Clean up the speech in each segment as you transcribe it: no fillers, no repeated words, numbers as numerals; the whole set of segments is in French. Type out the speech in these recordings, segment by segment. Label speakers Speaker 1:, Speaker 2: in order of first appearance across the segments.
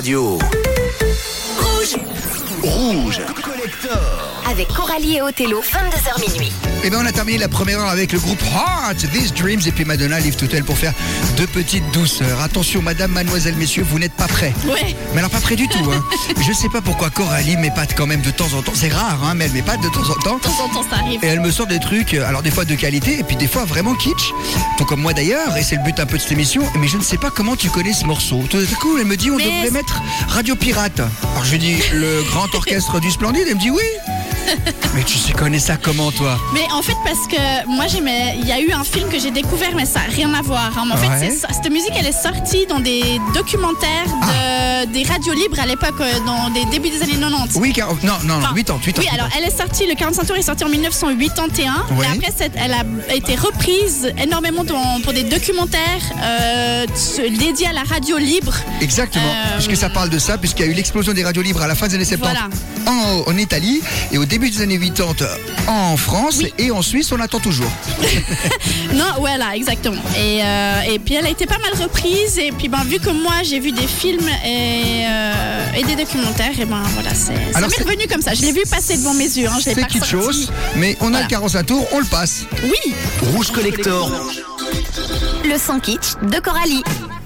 Speaker 1: radio. Rouge Collector.
Speaker 2: Avec Coralie et Othello, 22h minuit.
Speaker 3: Et bien on a terminé la première heure avec le groupe Heart, These Dreams et puis Madonna, Live to Tell pour faire deux petites douceurs. Attention madame, mademoiselle, messieurs, vous n'êtes pas prêts.
Speaker 4: Ouais.
Speaker 3: Mais alors pas prêts du tout. Hein. Je sais pas pourquoi Coralie m'épate quand même de temps en temps. C'est rare, hein, mais elle m'épate de temps en temps.
Speaker 4: De temps en temps ça arrive.
Speaker 3: Et elle me sort des trucs, alors des fois de qualité et puis des fois vraiment kitsch. Tout comme moi d'ailleurs, et c'est le but un peu de cette émission. Mais je ne sais pas comment tu connais ce morceau. Tout d'un coup elle me dit on devrait mettre Radio Pirate. Alors je lui dis le grand orchestre du Splendide. Elle me dit oui. Mais tu connais ça comment toi?
Speaker 4: Mais en fait parce que moi il y a eu un film que j'ai découvert mais ça n'a rien à voir. Hein. En fait cette musique elle est sortie dans des documentaires des radios libres à l'époque dans des débuts des années 90.
Speaker 3: Oui, 8 ans.
Speaker 4: Oui, alors elle est sortie, le 45 tours est sorti en 1981 et après elle a été reprise énormément pour des documentaires dédiés à la radio libre.
Speaker 3: Exactement, puisque ça parle de ça, puisqu'il y a eu l'explosion des radios libres à la fin des années 70 en Italie et au début des années 80 en France et en Suisse on attend toujours.
Speaker 4: Non, voilà, exactement. Et puis elle a été pas mal reprise et puis vu que moi j'ai vu des films et des documentaires et voilà, ça m'est revenu comme ça. Je l'ai vu passer devant mes yeux. Hein, je l'ai
Speaker 3: c'est
Speaker 4: pas
Speaker 3: quelque chose, mais on a le 45 tours, on le passe.
Speaker 4: Oui.
Speaker 1: Rouge Collector.
Speaker 2: Le son kitsch de Coralie.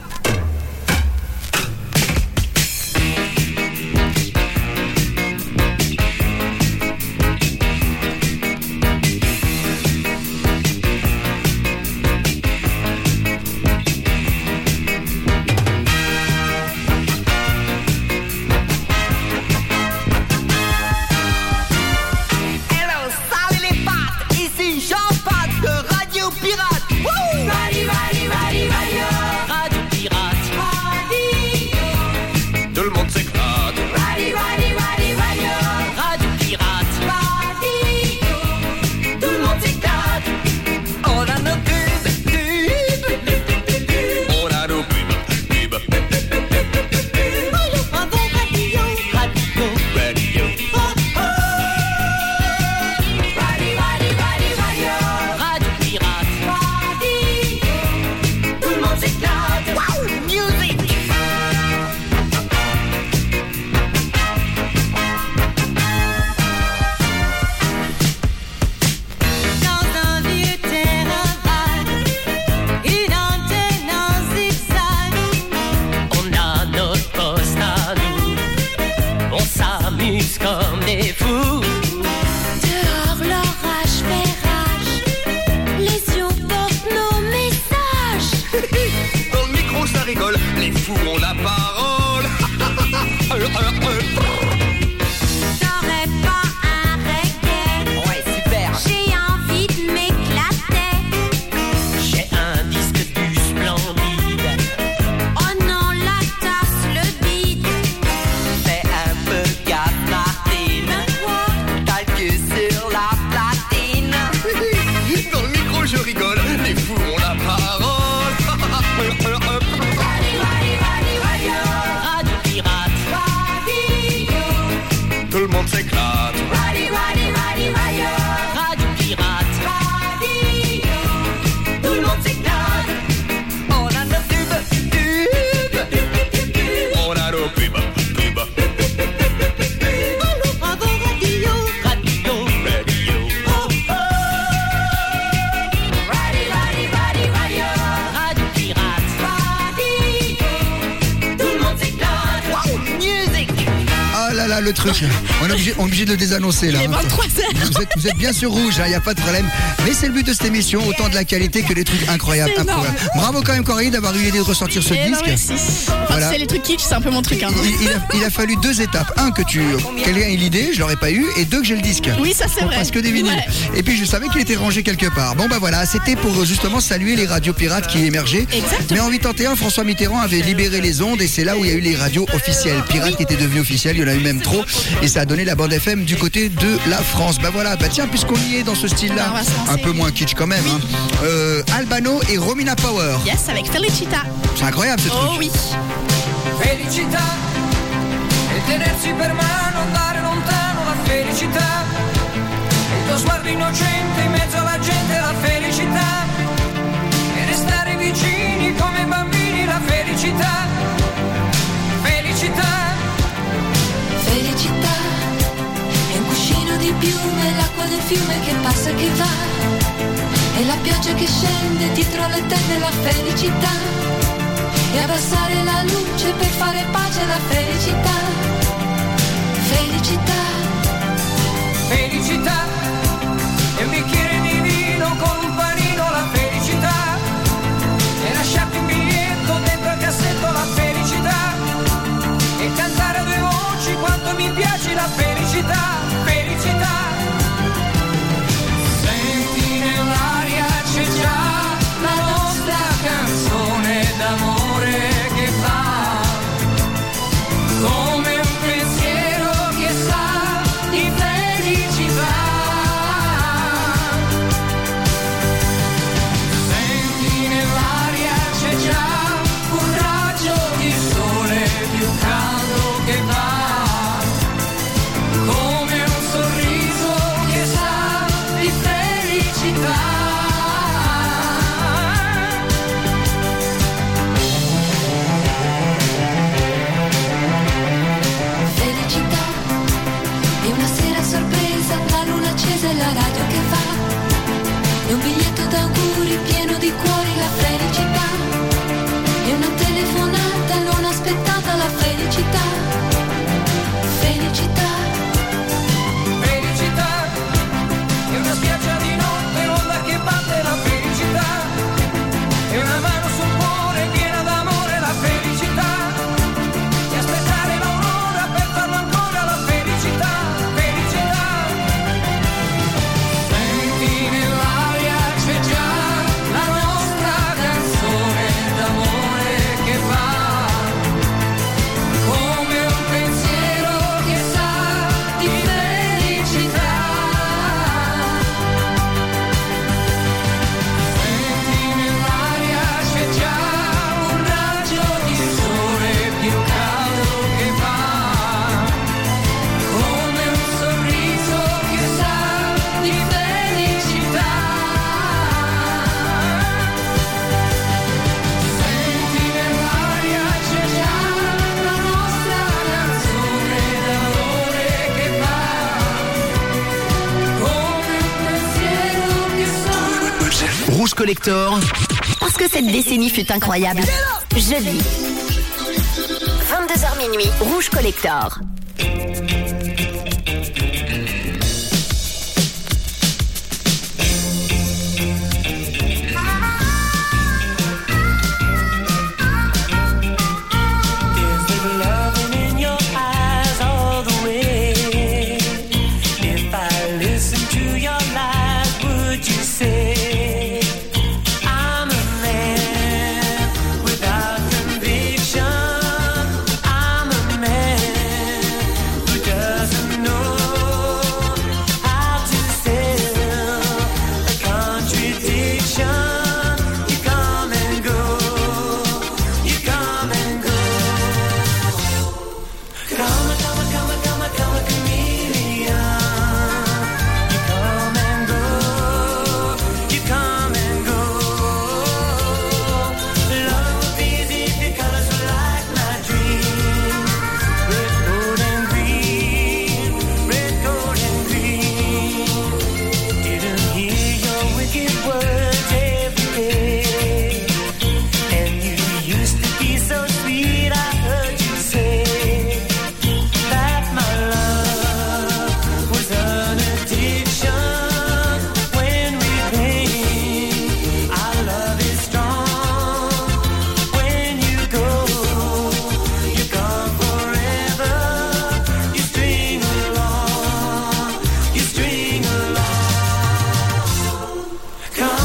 Speaker 3: Le truc, on est obligé de le désannoncer là.
Speaker 4: Il est 23h.
Speaker 3: Vous êtes bien sur Rouge, il n'y a pas de problème. Mais c'est le but de cette émission, autant de la qualité que des trucs incroyables. Bravo quand même Coralie d'avoir eu l'idée de ressortir ce disque.
Speaker 4: Non, merci. Voilà. C'est les trucs kitsch, c'est un peu mon truc. Hein.
Speaker 3: Il a fallu 2 étapes. Un, que quelqu'un ait l'idée, je l'aurais pas eu, et 2, que j'ai le disque.
Speaker 4: Oui, ça c'est vrai.
Speaker 3: Parce que des vinyles. Ouais. Et puis je savais qu'il était rangé quelque part. Bon voilà, c'était pour justement saluer les radios pirates qui émergeaient.
Speaker 4: Exactement.
Speaker 3: Mais en 81, François Mitterrand avait libéré les ondes et c'est là où il y a eu les radios officielles. Pirates qui étaient devenues officielles, il y en a eu même trop. Et ça a donné la bande FM du côté de la France. Tiens, puisqu'on y est dans ce style-là, un peu moins kitsch quand même. Hein. Albano et Romina Power.
Speaker 4: Yes, avec Felicita.
Speaker 3: C'est incroyable ce truc.
Speaker 4: Oh oui.
Speaker 5: Felicità e tenersi per mano, andare lontano, la felicità. Il tuo sguardo innocente in mezzo alla gente, la felicità. E restare vicini come bambini, la felicità. Felicità.
Speaker 6: fiume che passa e che va, e la pioggia che scende dietro le tende la felicità, e abbassare la luce per fare pace alla felicità. Felicità,
Speaker 5: felicità, e un bicchiere di vino con un panino, la felicità, e lasciarti un biglietto dentro il cassetto, la felicità, e cantare a due voci quanto mi piace la felicità, felicità. Senti nell'aria c'è già la nostra canzone d'amore che va come un pensiero che sa di felicità. Senti nell'aria c'è già un raggio di sole più caldo che va come un sorriso che sa di felicità.
Speaker 6: felicità, e una sera sorpresa, la luna accesa e la radio che va, e un biglietto d'auguri pieno di cuori, la felicità, e una telefonata non aspettata, la felicità. Felicità,
Speaker 5: Felicità, e una spiaggia di notte, l'onda che batte, la felicità, e una mano sul cuore piena d'amore, la felicità, e aspettare l'aurora per farlo ancora, la felicità, felicità. Senti nell'aria c'è già la nostra canzone d'amore che va come un pensiero che sa di felicità. Senti nell'aria c'è già un raggio di sole più caldo che va come un sorriso che sa di felicità. Senti nell'aria c'è già la nostra canzone d'amore che va come un pensiero che sa.
Speaker 1: Rouge Collector,
Speaker 2: Parce que cette décennie fut incroyable. Jeudi. 22h minuit. Rouge Collector.
Speaker 7: Is there loving in your eyes all the way? If I listen to your lies, would you say I'm a man without conviction? I'm a man who doesn't know how to sell a contradiction. You come and go, you come and go. Come a chameleon. You come and go, you come and go. Love would be easy if your colors were like my dream. Red, gold, and green. Red, gold, and green. Didn't hear your wicked words every day. And you used to be so sweet, I heard you say that my love was an addiction. When we cling, our love is strong. When you go, you're gone forever. You string along, you string along. Come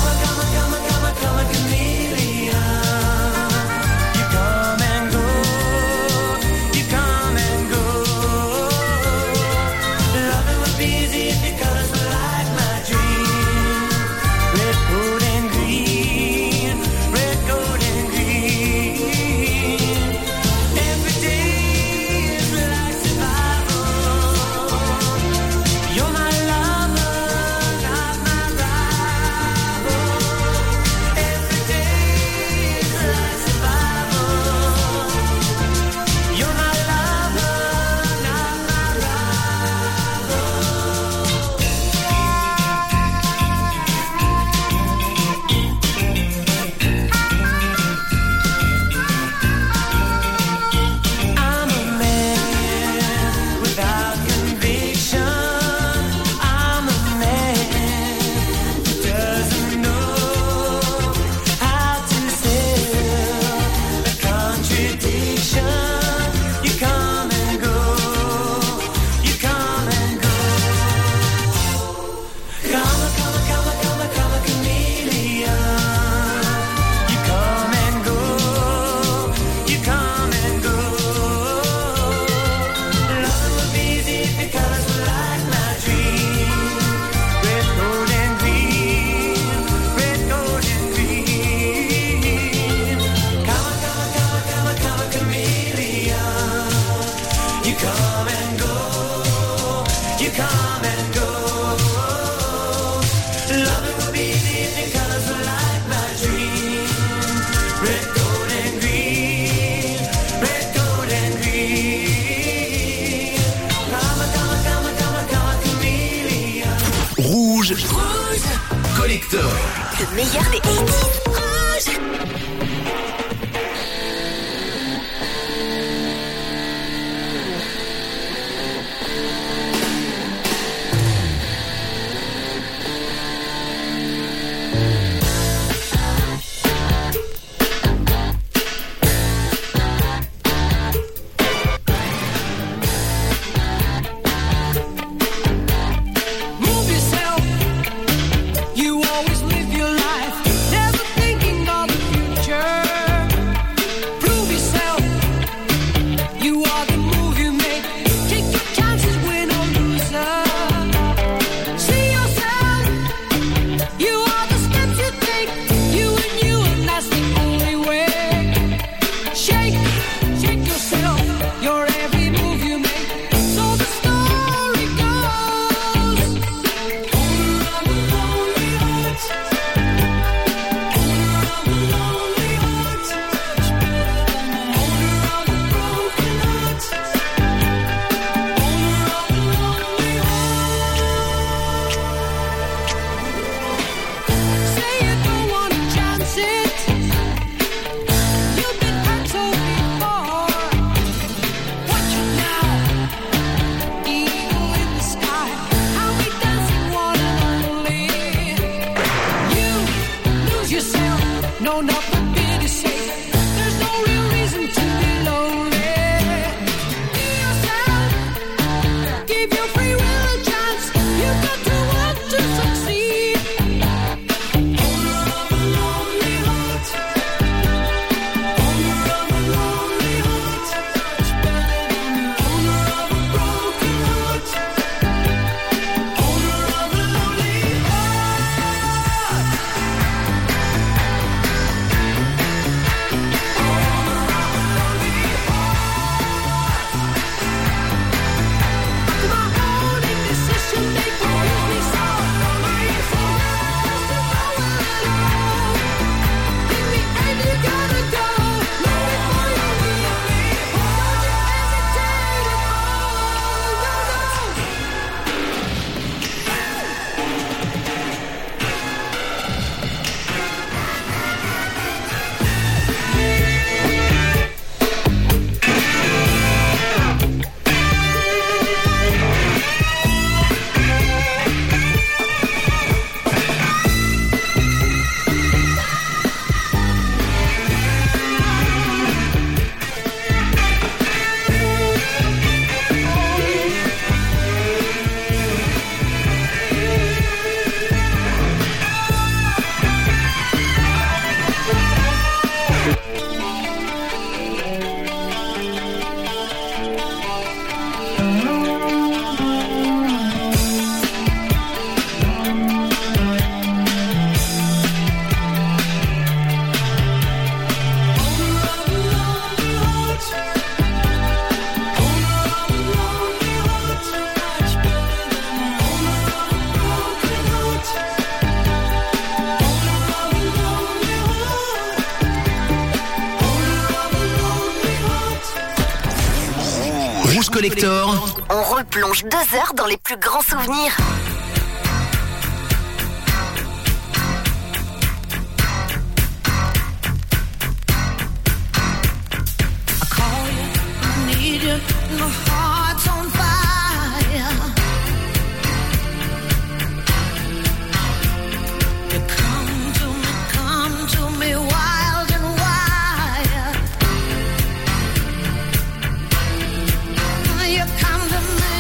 Speaker 1: Collector.
Speaker 2: Le meilleur des 80s. Rouge.
Speaker 5: Move yourself. You always live your life, never thinking of the future. Prove yourself. You are the move you make. Take your chances, win or loser. See yourself. You are the steps you take. You, and that's the only way. Shake yourself. Your every move you make. So the story goes. Owner of a lonely heart. Owner of a lonely heart. Owner of a broken heart. Owner of a lonely heart. Say you don't wanna chance it. You've been hurt so before. Watch it now. Eagle in the sky. How we dancing one and only. You lose yourself. No, not for pity's sake. There's no real reason to be lonely. Be yourself. Give your free will a chance. You've got to want to succeed. Owner of a lonely heart. Owner of a lonely heart. Owner of a broken heart. Owner of a lonely heart. Come on, own indecision, make me really sorry. So let's just go alone. In the end, you gotta go. Know before you leave me. Don't you hesitate at all. No, no.
Speaker 1: Rouge Collector.
Speaker 2: On replonge 2 heures dans les plus grands souvenirs.
Speaker 6: I call you, I need you, my heart's on fire. You come to me wild and wild. You come to me,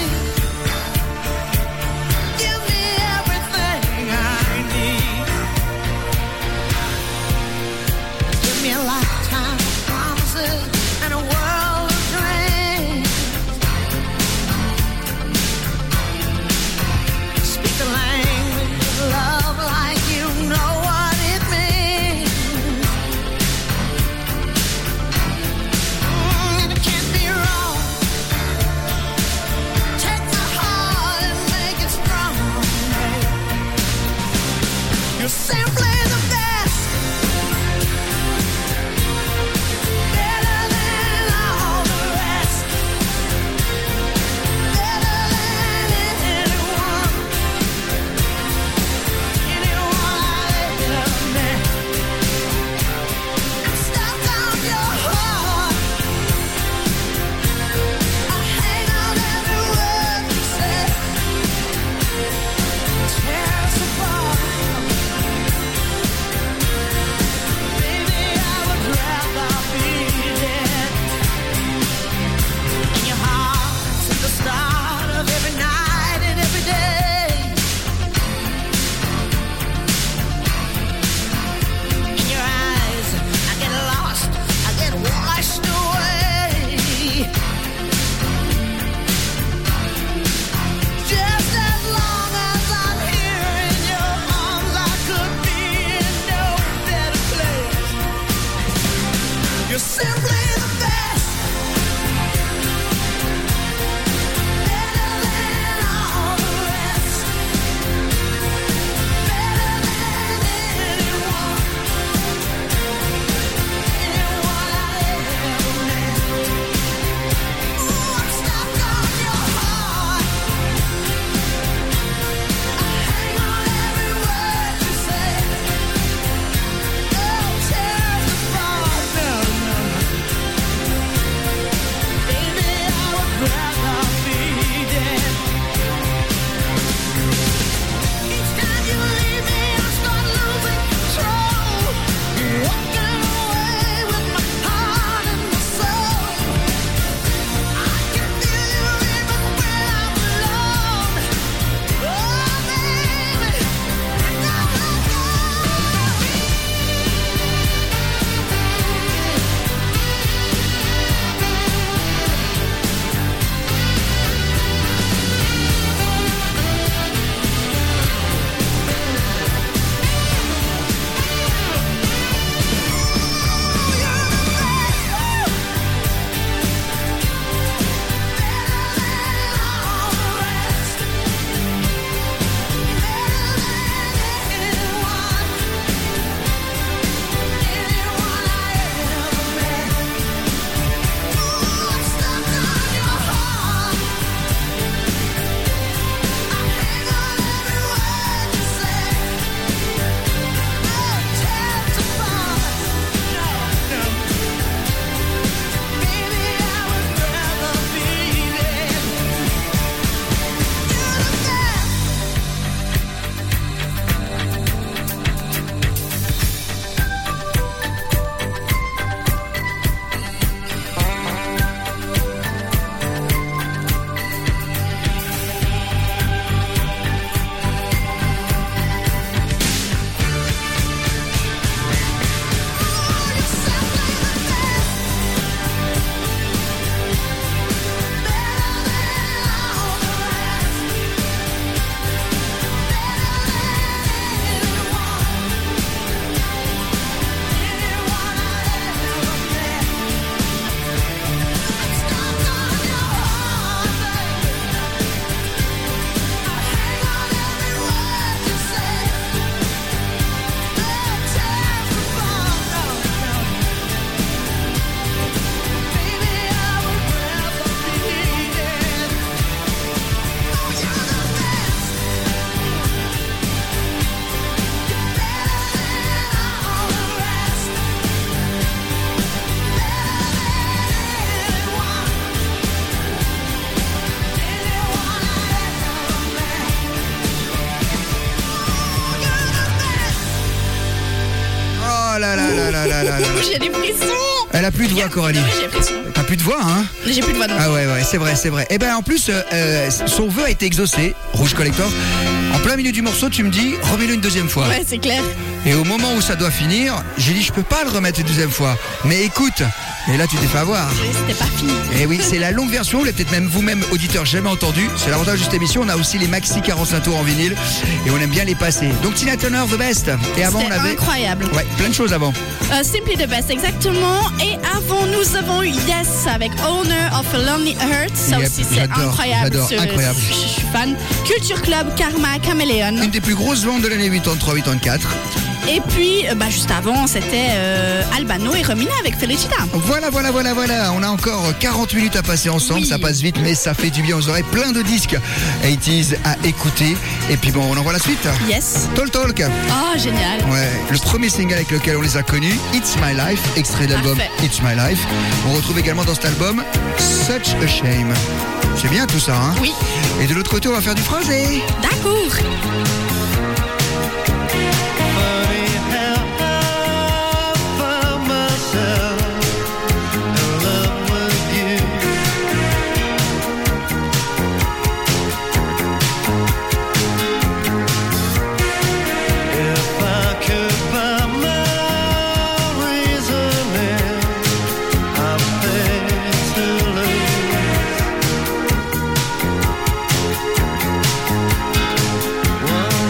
Speaker 6: give me everything I need. Give me a lifetime of promises and a world of dreams. Speak the language of love like you know what it means. It can't be wrong. Take my heart and make it strong. You're simply the best. Better than all the rest. Better than anyone. Anyone
Speaker 3: là là là là là là là.
Speaker 4: J'ai des frissons.
Speaker 3: Elle a plus de voix, Coralie.
Speaker 4: Oui, j'ai des frissons.
Speaker 3: T'as plus de voix, hein?
Speaker 4: J'ai plus de voix non.
Speaker 3: Ah ouais, c'est vrai. Et ben en plus, son vœu a été exaucé, Rouge Collector. En plein milieu du morceau, tu me dis, remets-le une deuxième fois.
Speaker 4: Ouais, c'est clair.
Speaker 3: Et au moment où ça doit finir, j'ai dit, je peux pas le remettre une deuxième fois. Mais écoute, et là tu t'es fait avoir.
Speaker 4: Oui, c'était pas fini.
Speaker 3: Et oui, c'est la longue version, vous l'avez peut-être même vous-même, auditeur, jamais entendu. C'est l'avantage de cette émission, on a aussi les maxi 45 tours en vinyle. Et on aime bien les passer. Donc Tina Turner, The Best. Et avant, on avait...
Speaker 4: incroyable.
Speaker 3: Ouais, plein de choses avant.
Speaker 4: Simply the Best, exactement. Et avant, nous avons eu Yes avec Owner of a Lonely Heart. Ça
Speaker 3: Yep,
Speaker 4: aussi, c'est incroyable.
Speaker 3: J'adore, incroyable.
Speaker 4: Je suis fan. Culture Club, Karma, Caméléon.
Speaker 3: Une des plus grosses ventes de l'année 83-84.
Speaker 4: Et puis, juste avant, c'était Albano et Romina avec Felicita.
Speaker 3: Voilà. On a encore 40 minutes à passer ensemble.
Speaker 4: Oui.
Speaker 3: Ça passe vite, mais ça fait du bien aux oreilles. Plein de disques 80s à écouter. Et puis bon, on envoie la suite.
Speaker 4: Yes.
Speaker 3: Talk.
Speaker 4: Oh, génial.
Speaker 3: Ouais, le premier single avec lequel on les a connus, It's My Life, extrait de l'album
Speaker 4: Parfait.
Speaker 3: It's My Life. On retrouve également dans cet album Such a Shame. C'est bien tout ça, hein?
Speaker 4: Oui.
Speaker 3: Et de l'autre côté, on va faire du phrasé.
Speaker 4: D'accord.
Speaker 7: One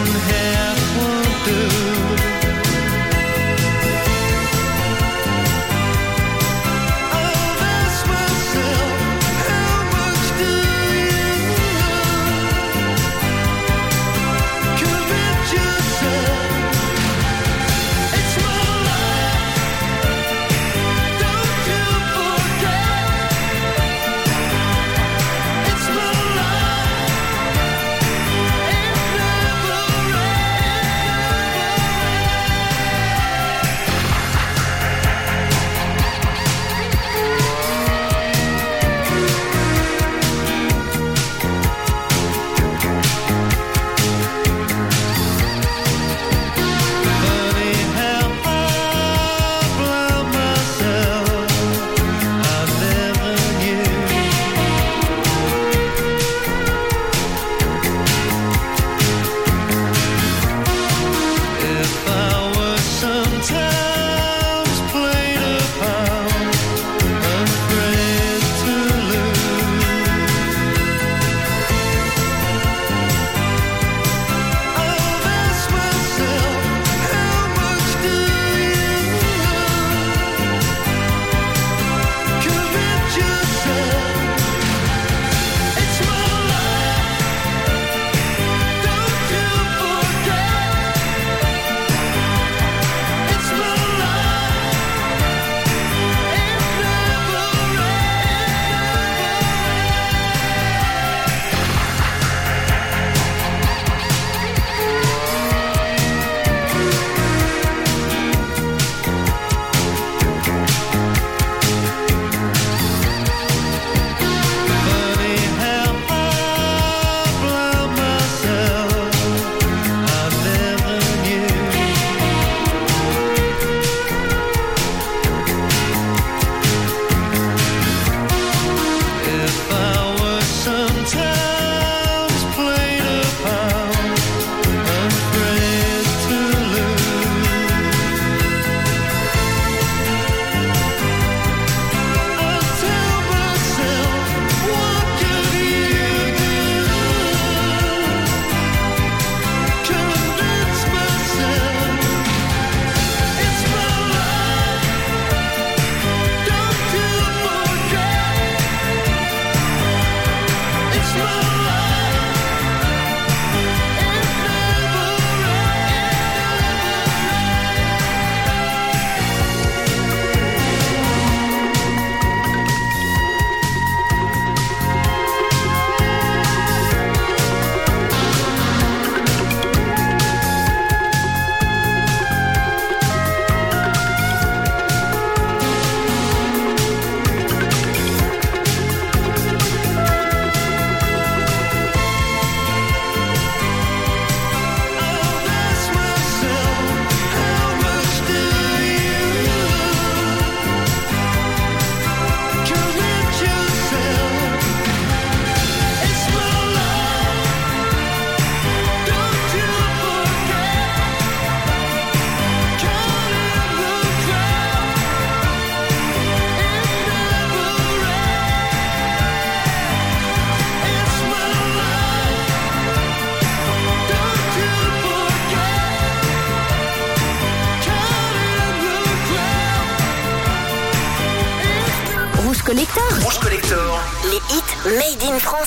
Speaker 2: Collector.
Speaker 1: Rouge Collector.
Speaker 2: Les hits made in France.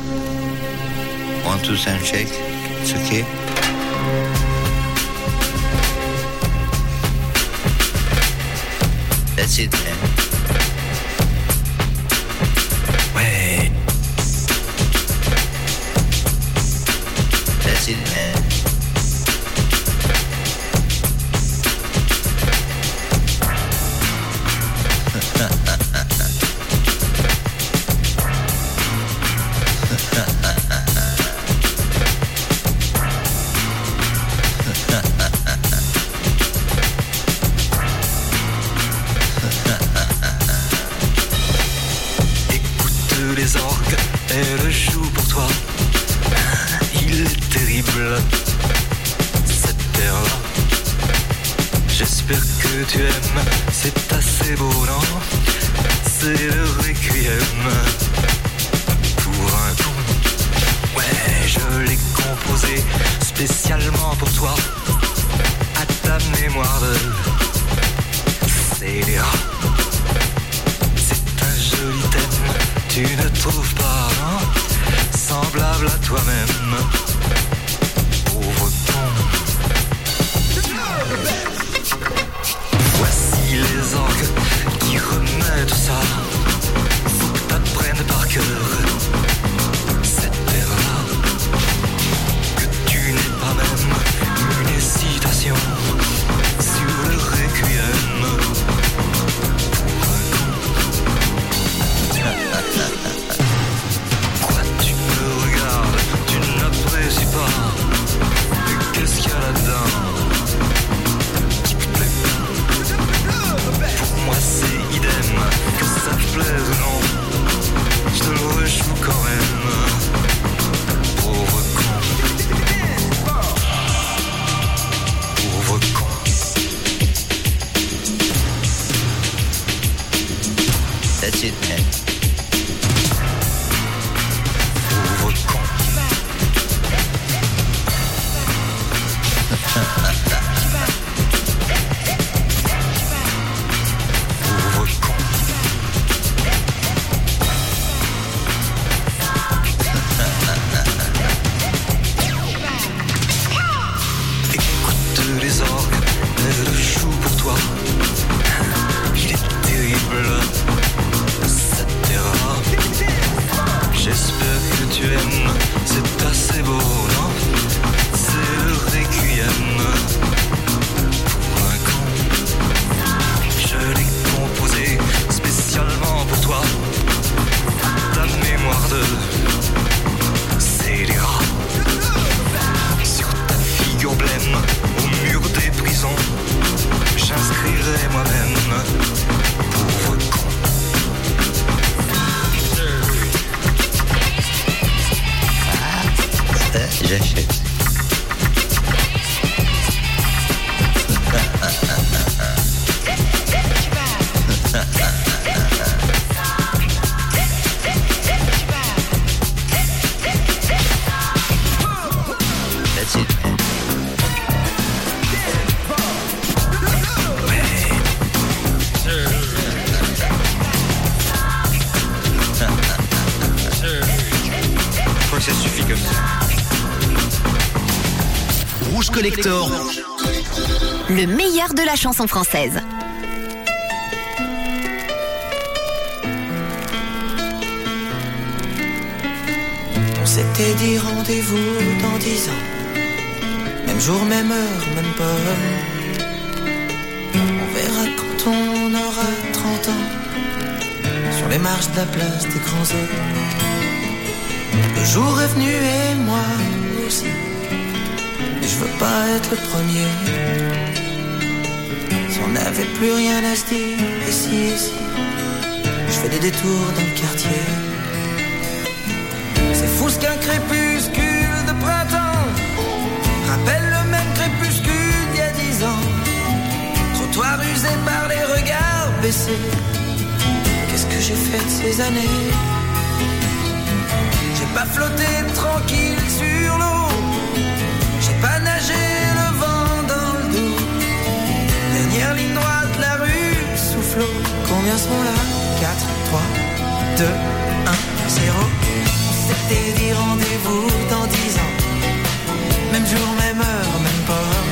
Speaker 8: 1, 2, sound check. It's okay. That's it, man.
Speaker 3: Ouais.
Speaker 8: That's it, man.
Speaker 7: Écoute les orgues, elle joue pour toi. Il est terrible, cette terre-là. J'espère que tu aimes, c'est assez beau, non? C'est le requiem pour un con. Ouais, je l'ai composé spécialement pour toi, à ta mémoire de scélérat. C'est un joli thème, tu ne trouves pas, non? Semblable à toi-même, pauvre con. Voici les orgues qui remettent ça. Faut que t'apprennes par cœur cette terre-là, que tu n'es pas même une hésitation sur le requiem pour un con. Quoi, tu me regardes, tu n'apprécies pas. Mais qu'est-ce qu'il y a là-dedans qui te plaît pas? Pour moi c'est idem, que ça te plaise ou non, je te le rejoue quand même, pauvre con. Pauvre con.
Speaker 8: That's it, man.
Speaker 7: Pauvre con. Pauvre con. Écoute les orgues, elle joue pour toi. Il est terrible, cette terre-là. J'espère que tu aimes, c'est assez beau, non? C'est le requiem pour un con. Je l'ai composé spécialement pour toi, ta mémoire de scélérat. Sur ta figure blême, au mur des prisons, j'inscrirai moi-même, pauvre con.
Speaker 8: J'achète. That's it, man.
Speaker 3: Je crois que ça suffit comme ça.
Speaker 1: Rouge Collector.
Speaker 2: Le meilleur de la chanson française.
Speaker 5: On s'était dit rendez-vous dans 10 ans. Même jour, même heure, même pomme. On verra quand on aura 30 ans, sur les marches de la place des grands hommes. Le jour est venu et moi aussi. Et je veux pas être le premier. Si on n'avait plus rien à se dire, ici, je fais des détours dans le quartier. C'est fou ce qu'un crépuscule de printemps rappelle le même crépuscule d'il y a 10 ans. Trottoir usé par les regards baissés. Qu'est-ce que j'ai fait de ces années? J'ai pas flotté tranquille sur l'eau. J'ai pas nagé le vent dans le dos. Dernière ligne droite, la rue soufflot. Combien seront là? 4, 3, 2, 1, 0. On s'était dit rendez-vous dans 10 ans. Même jour, même heure, même port.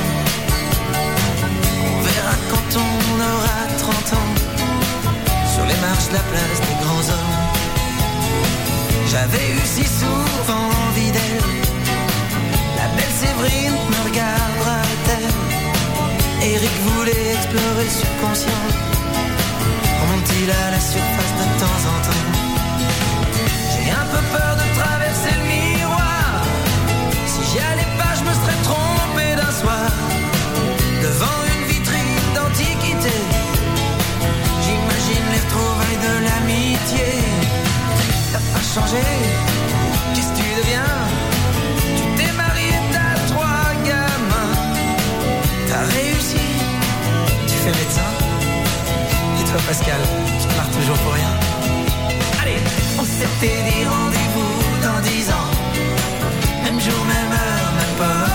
Speaker 5: On verra quand on aura 30 ans. Sur les marches de la place des grands hommes. J'avais eu si souvent envie d'elle. La belle Séverine me regardera-t-elle? Eric voulait explorer le subconscient. Remonte-t-il à la surface de temps en temps? J'ai un peu peur de traverser le miroir. Si j'y allais pas, je me serais trompé d'un soir. Devant une vitrine d'antiquité, j'imagine les retrouvailles de l'amitié. T'as pas changé, qu'est-ce que tu deviens? Tu t'es marié, t'as 3 gamins. T'as réussi, tu fais médecin. Et toi Pascal, tu te marres toujours pour rien. Allez, on s'était dit rendez-vous dans 10 ans. Même jour, même heure, même pas.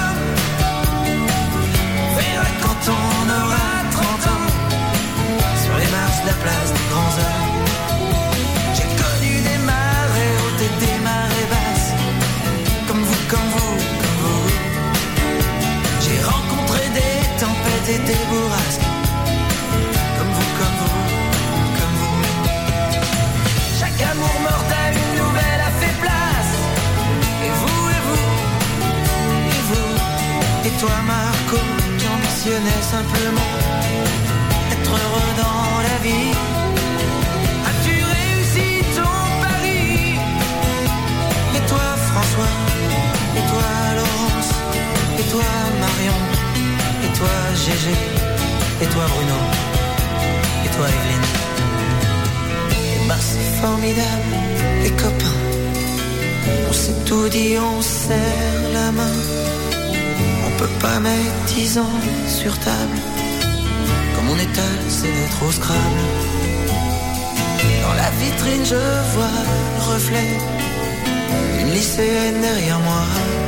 Speaker 5: On verra quand on aura 30 ans. Sur les marches de la place des grands hommes. J'ai connu des marées hautes et des marées basses. Comme vous, comme vous, comme vous. J'ai rencontré des tempêtes et des bourrasques. Comme vous, comme vous, comme vous. Chaque amour mortel, une nouvelle a fait place. Et vous, et vous, et vous. Et toi Marco, qui ambitionnais simplement être heureux dans la vie. As-tu réussi ton pari? Et toi François, et toi Laurence, et toi Marion, et toi Gégé, et toi Bruno, et toi Evelyne. Et ben c'est formidable, les copains. On s'est tout dit, on serre la main. On peut pas mettre 10 ans sur table. Comme on étale, c'est d'être au Scrabble. Dans la vitrine, je vois le reflet d'une lycéenne derrière moi.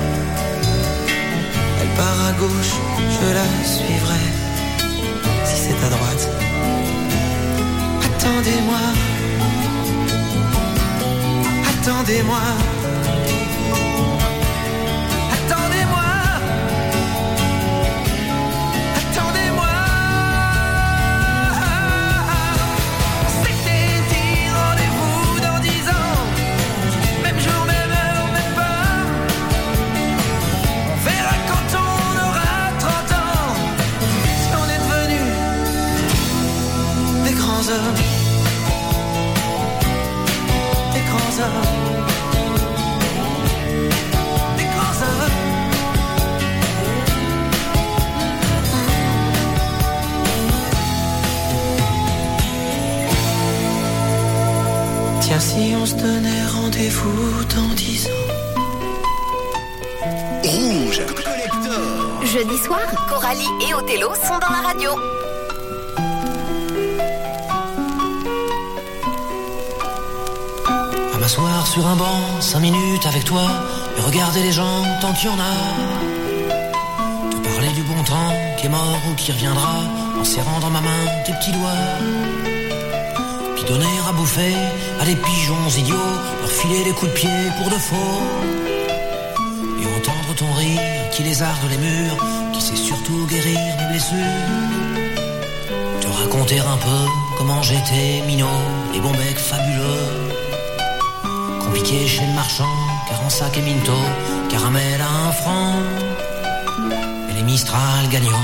Speaker 5: Elle part à gauche, je la suivrai. Si c'est à droite, attendez-moi. Attendez-moi. Attendez-moi. Attendez-moi. C'était dit rendez-vous dans 10 ans. Même jour, même heure, même pas. On verra quand on aura 30 ans. Si on est devenus des grands hommes. Des grands hommes. Des grands hommes. Tiens, si on se donnait rendez-vous dans 10 ans.
Speaker 1: Rouge Collector.
Speaker 2: Jeudi soir, Coralie et Othello sont dans la radio.
Speaker 9: À m'asseoir sur un banc, 5 minutes avec toi, et regarder les gens tant qu'il y en a. Te parler du bon temps qui est mort ou qui reviendra, en serrant dans ma main tes petits doigts. Puis donner à bouffer à des pigeons idiots, leur filer des coups de pied pour de faux. Et entendre ton rire qui lézarde les murs, qui sait surtout guérir mes blessures. Te raconter un peu comment j'étais minot, les bons becs fabuleux. Compliqué chez le marchand, car en sac et minto, caramel à 1 franc, et les Mistral gagnants.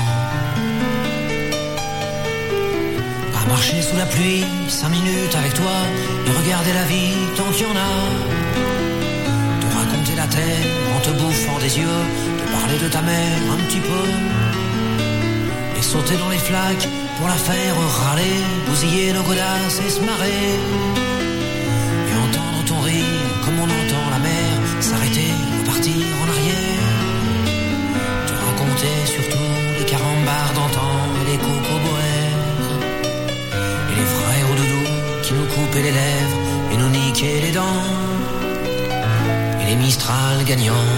Speaker 9: À marcher sous la pluie, 5 minutes avec toi, et regarder la vie tant qu'il y en a. Te raconter la terre en te bouffant des yeux, te parler de ta mère un petit peu, et sauter dans les flaques pour la faire râler, bousiller nos godasses et se marrer. Et entendre ton rire comme on entend la mer s'arrêter, repartir en arrière. Te raconter surtout les carambars d'antan et les cocoboères, et les frères au doudou qui nous coupaient les lèvres et nous niquaient les dents, et les Mistral gagnants.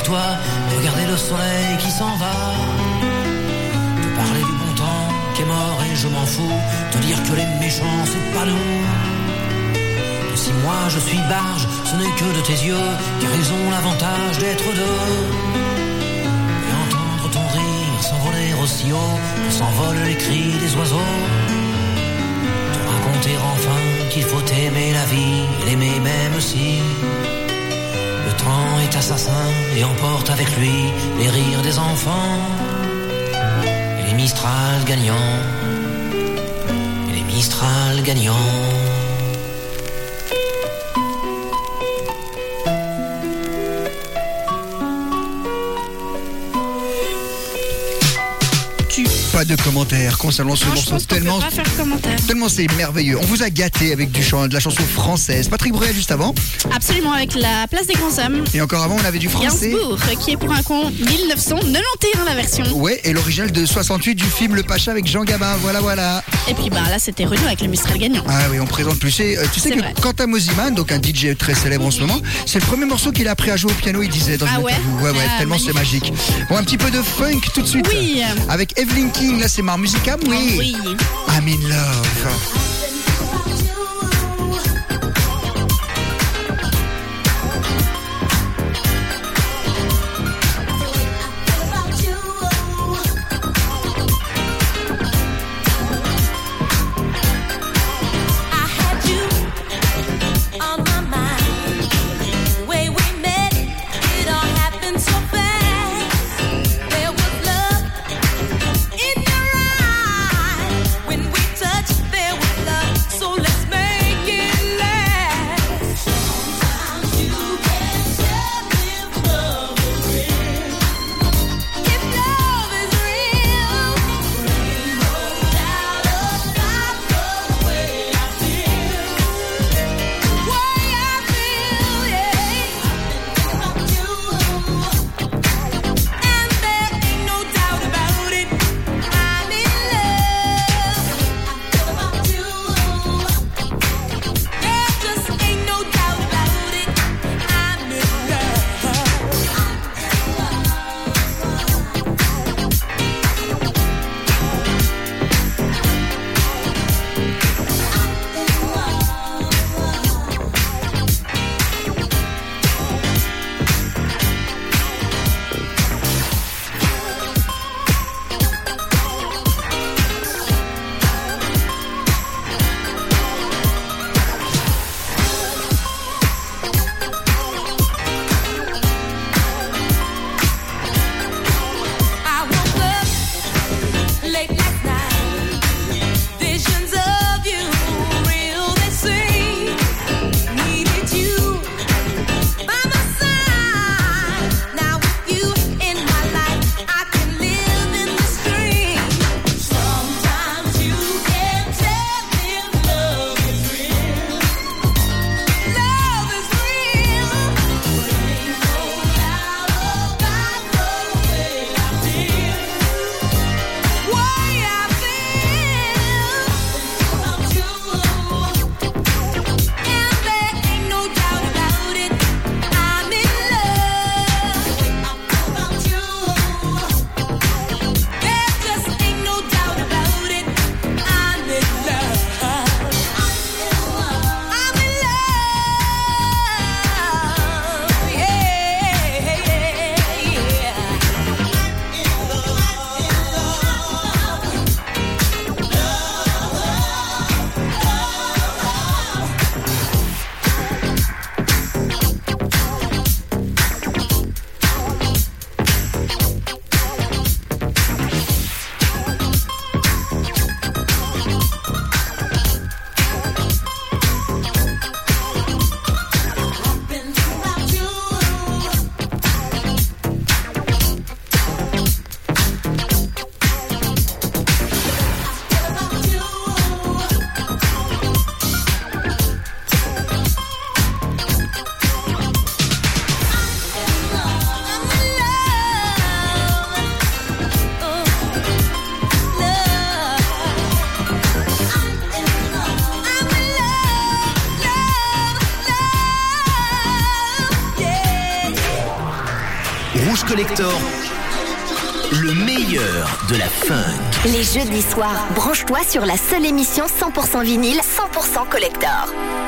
Speaker 9: toi, regarder le soleil qui s'en va. Te parler du bon temps qui est mort et je m'en fous. Te dire que les méchants c'est pas nous. Et si moi je suis barge, ce n'est que de tes yeux, car ils ont l'avantage d'être deux. Et entendre ton rire s'envoler aussi haut que s'envolent les cris des oiseaux. Te raconter enfin qu'il faut aimer la vie et l'aimer même si le temps est assassin et emporte avec lui les rires des enfants et les Mistral gagnants et les Mistral gagnants.
Speaker 3: Pas de commentaires concernant ce morceau, tellement c'est merveilleux. On vous a gâté avec de la chanson française. Patrick Bruel juste avant.
Speaker 4: Absolument, avec la place des grands hommes.
Speaker 3: Et encore avant, on avait du français.
Speaker 4: Gainsbourg, qui est pour un con 1991 la version.
Speaker 3: Ouais, et l'original de 68 du film Le Pacha avec Jean Gabin. Voilà.
Speaker 4: Et puis là, c'était Renaud avec le Mistral gagnant.
Speaker 3: Ah oui, on présente plus. Tu sais que
Speaker 4: vrai.
Speaker 3: Quentin Mosiman, donc un DJ très célèbre en ce moment, c'est le premier morceau qu'il a appris à jouer au piano, il disait dans une interview. Ouais, tellement c'est magique. Bon, un petit peu de funk tout de suite.
Speaker 4: Oui.
Speaker 3: Avec Evelyn King, là c'est Mar Musica, oui.
Speaker 4: Oui.
Speaker 3: I'm in love.
Speaker 10: When we touch, there was love. So let's make
Speaker 1: Collector, le meilleur de la funk.
Speaker 2: Les jeudis soirs, branche-toi sur la seule émission 100% vinyle, 100% collector.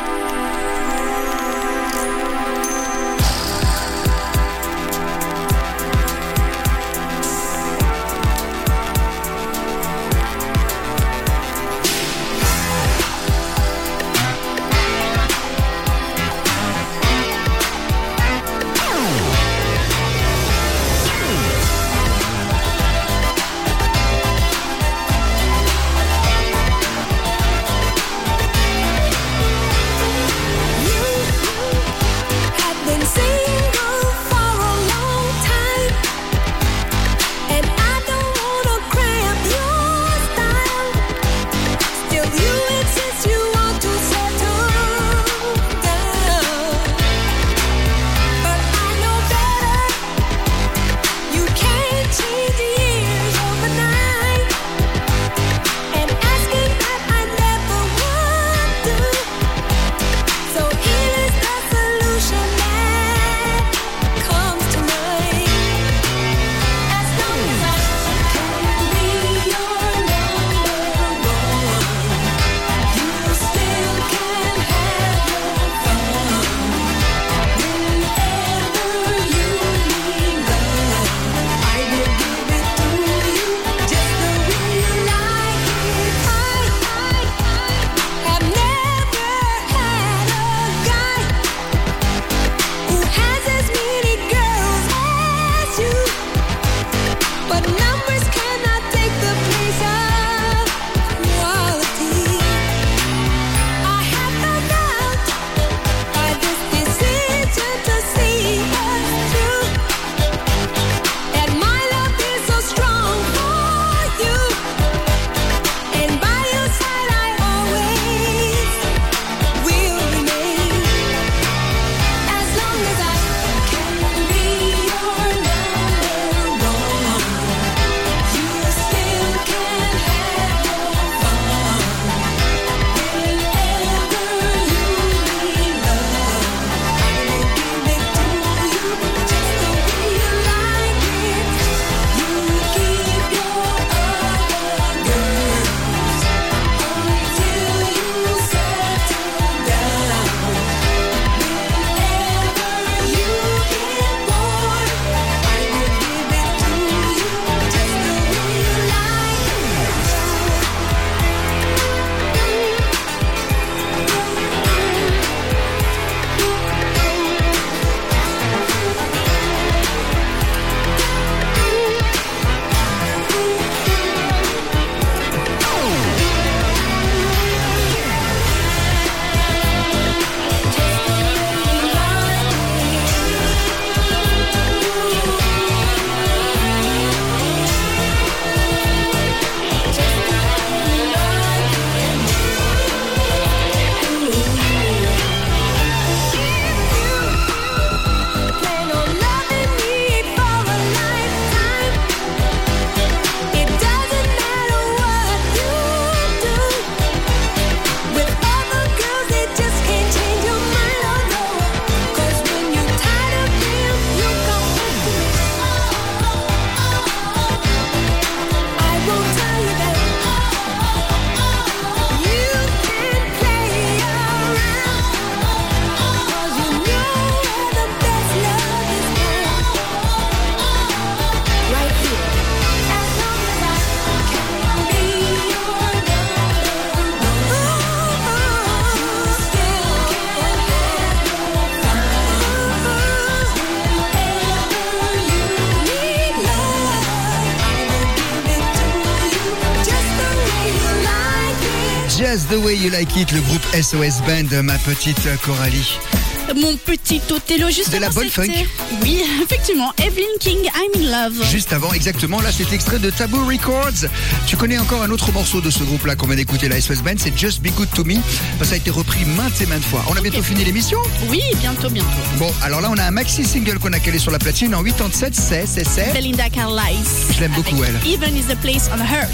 Speaker 3: Just the way you like it, le groupe SOS Band, ma petite Coralie.
Speaker 4: Mon petit Othello, juste
Speaker 3: de la
Speaker 4: avant,
Speaker 3: bonne funk.
Speaker 4: Oui, effectivement, Evelyn King, I'm in Love.
Speaker 3: Juste avant, exactement, là c'est extrait de Taboo Records. Tu connais encore un autre morceau de ce groupe-là qu'on vient d'écouter, la SOS Band, c'est Just Be Good To Me. Ça a été repris maintes et maintes fois. On a bientôt fini l'émission.
Speaker 4: Oui, bientôt.
Speaker 3: Bon, alors là on a un maxi single qu'on a calé sur la platine en 87, c'est
Speaker 4: Belinda Carlisle.
Speaker 3: Je l'aime beaucoup, elle.
Speaker 4: Even is the place on earth.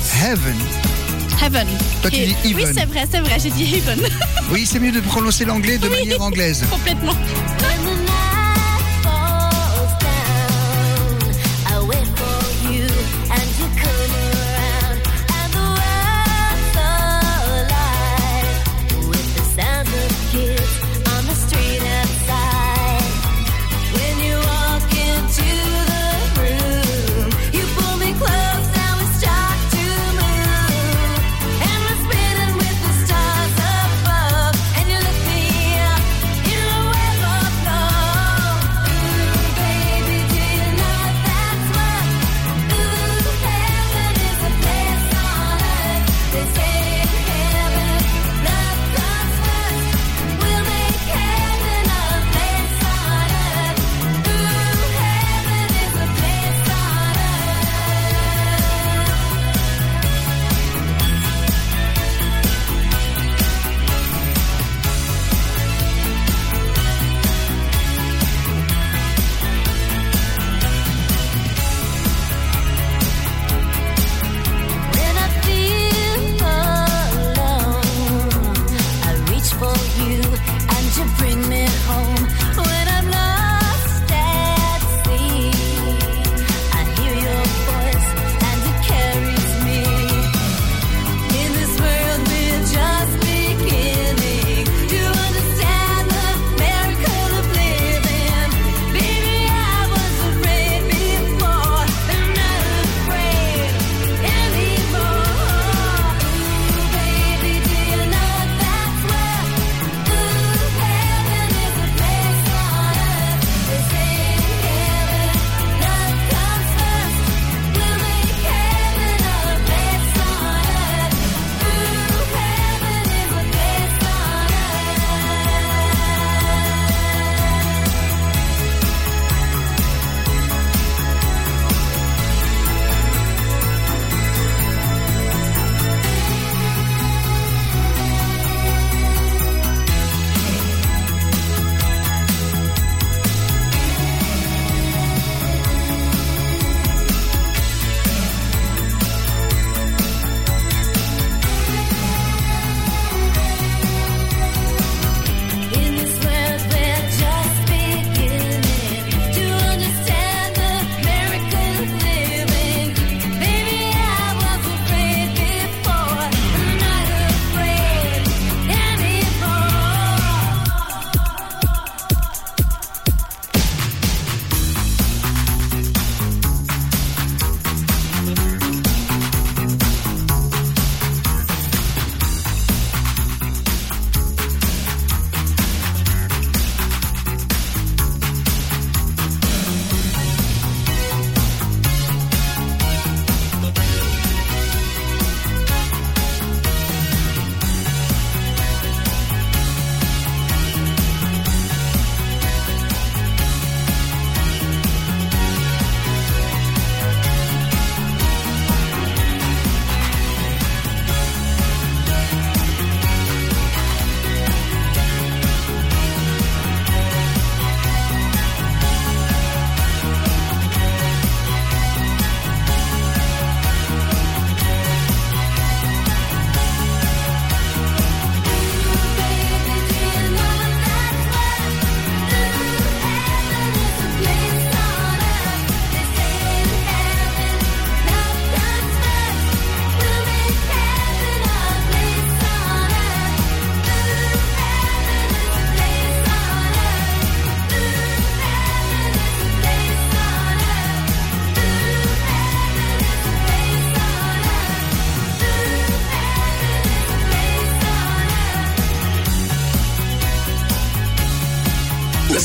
Speaker 4: Heaven.
Speaker 3: Toi tu dis even.
Speaker 4: Oui, c'est vrai, j'ai dit heaven.
Speaker 3: Oui, c'est mieux de prononcer l'anglais de manière anglaise.
Speaker 4: Complètement.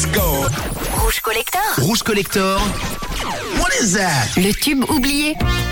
Speaker 1: go.
Speaker 2: Rouge Collector.
Speaker 1: Rouge Collector. What is that?
Speaker 2: Le tube oublié.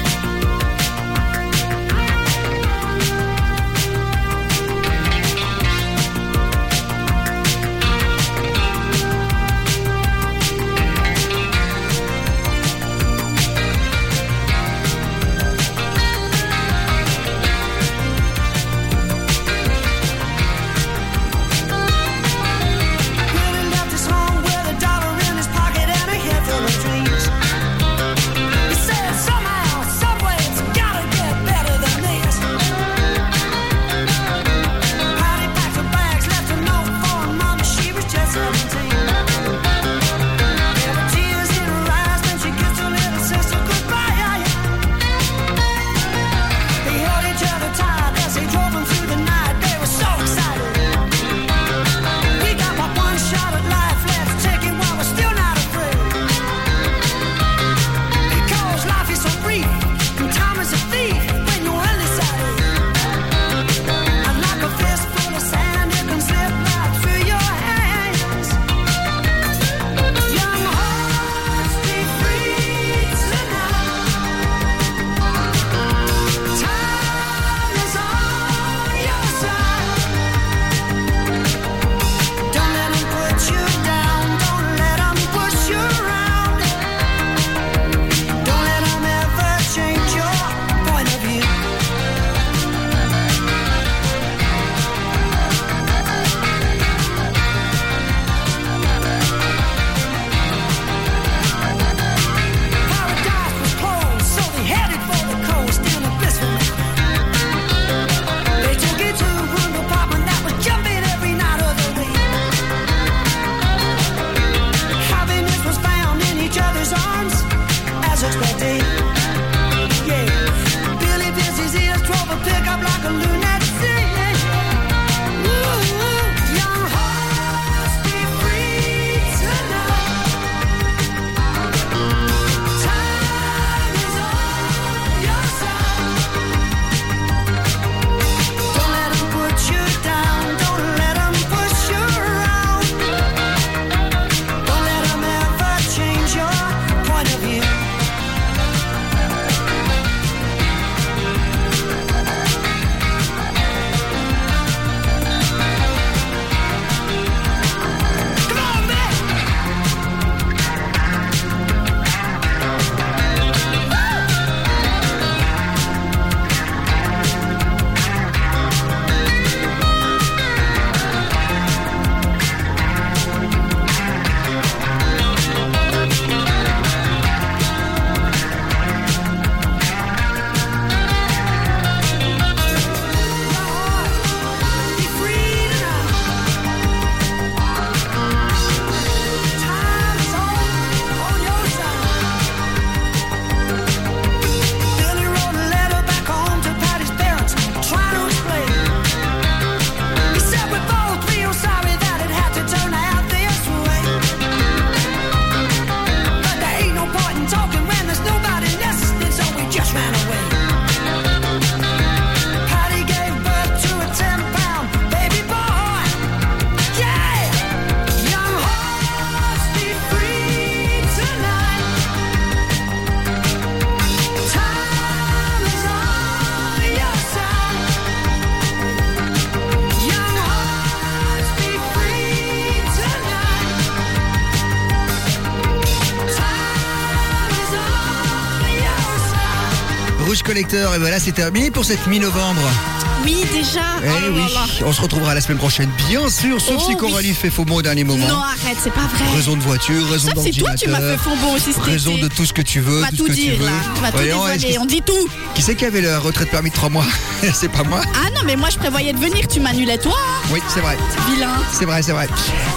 Speaker 3: Rouge Collector, et voilà, c'est terminé pour cette mi-novembre.
Speaker 4: Oui, déjà.
Speaker 3: Eh
Speaker 4: oh
Speaker 3: oui,
Speaker 4: là là.
Speaker 3: on se retrouvera la semaine prochaine, bien sûr, sauf si Coralie fait faux bon au dernier moment.
Speaker 4: Non, arrête, c'est pas vrai.
Speaker 3: Raison de voiture, raison
Speaker 4: Sauf si toi,
Speaker 3: d'ordinateur.
Speaker 4: tu m'as fait faux bon aussi cet
Speaker 3: raison
Speaker 4: été.
Speaker 3: de tout ce que tu veux,
Speaker 4: On va
Speaker 3: tout
Speaker 4: tout
Speaker 3: ce que
Speaker 4: dire,
Speaker 3: tu veux.
Speaker 4: là. On va tout dévoiler, on dit tout.
Speaker 3: Qui c'est qui avait la retraite permis de 3 mois? C'est pas moi.
Speaker 4: Ah non, mais moi, je prévoyais de venir, tu m'annulais toi. Hein.
Speaker 3: Oui, c'est vrai.
Speaker 4: Vilain.
Speaker 3: C'est vrai, c'est vrai.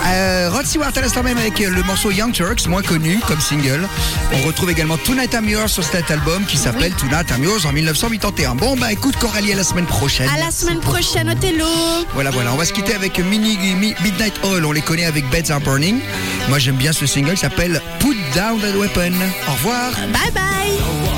Speaker 3: Rod Stewart à l'instant même avec le morceau Young Turks, moins connu comme single. On retrouve également Tonight I'm Yours sur cet album qui s'appelle Tonight I'm Yours en 1981. Bon, bah écoute Coralie, à la semaine prochaine.
Speaker 4: À la semaine prochaine, Othello.
Speaker 3: Voilà, on va se quitter avec Midnight Oil. On les connaît avec Beds Are Burning. Moi, j'aime bien ce single, il s'appelle Put Down That Weapon. Au revoir.
Speaker 4: Bye bye.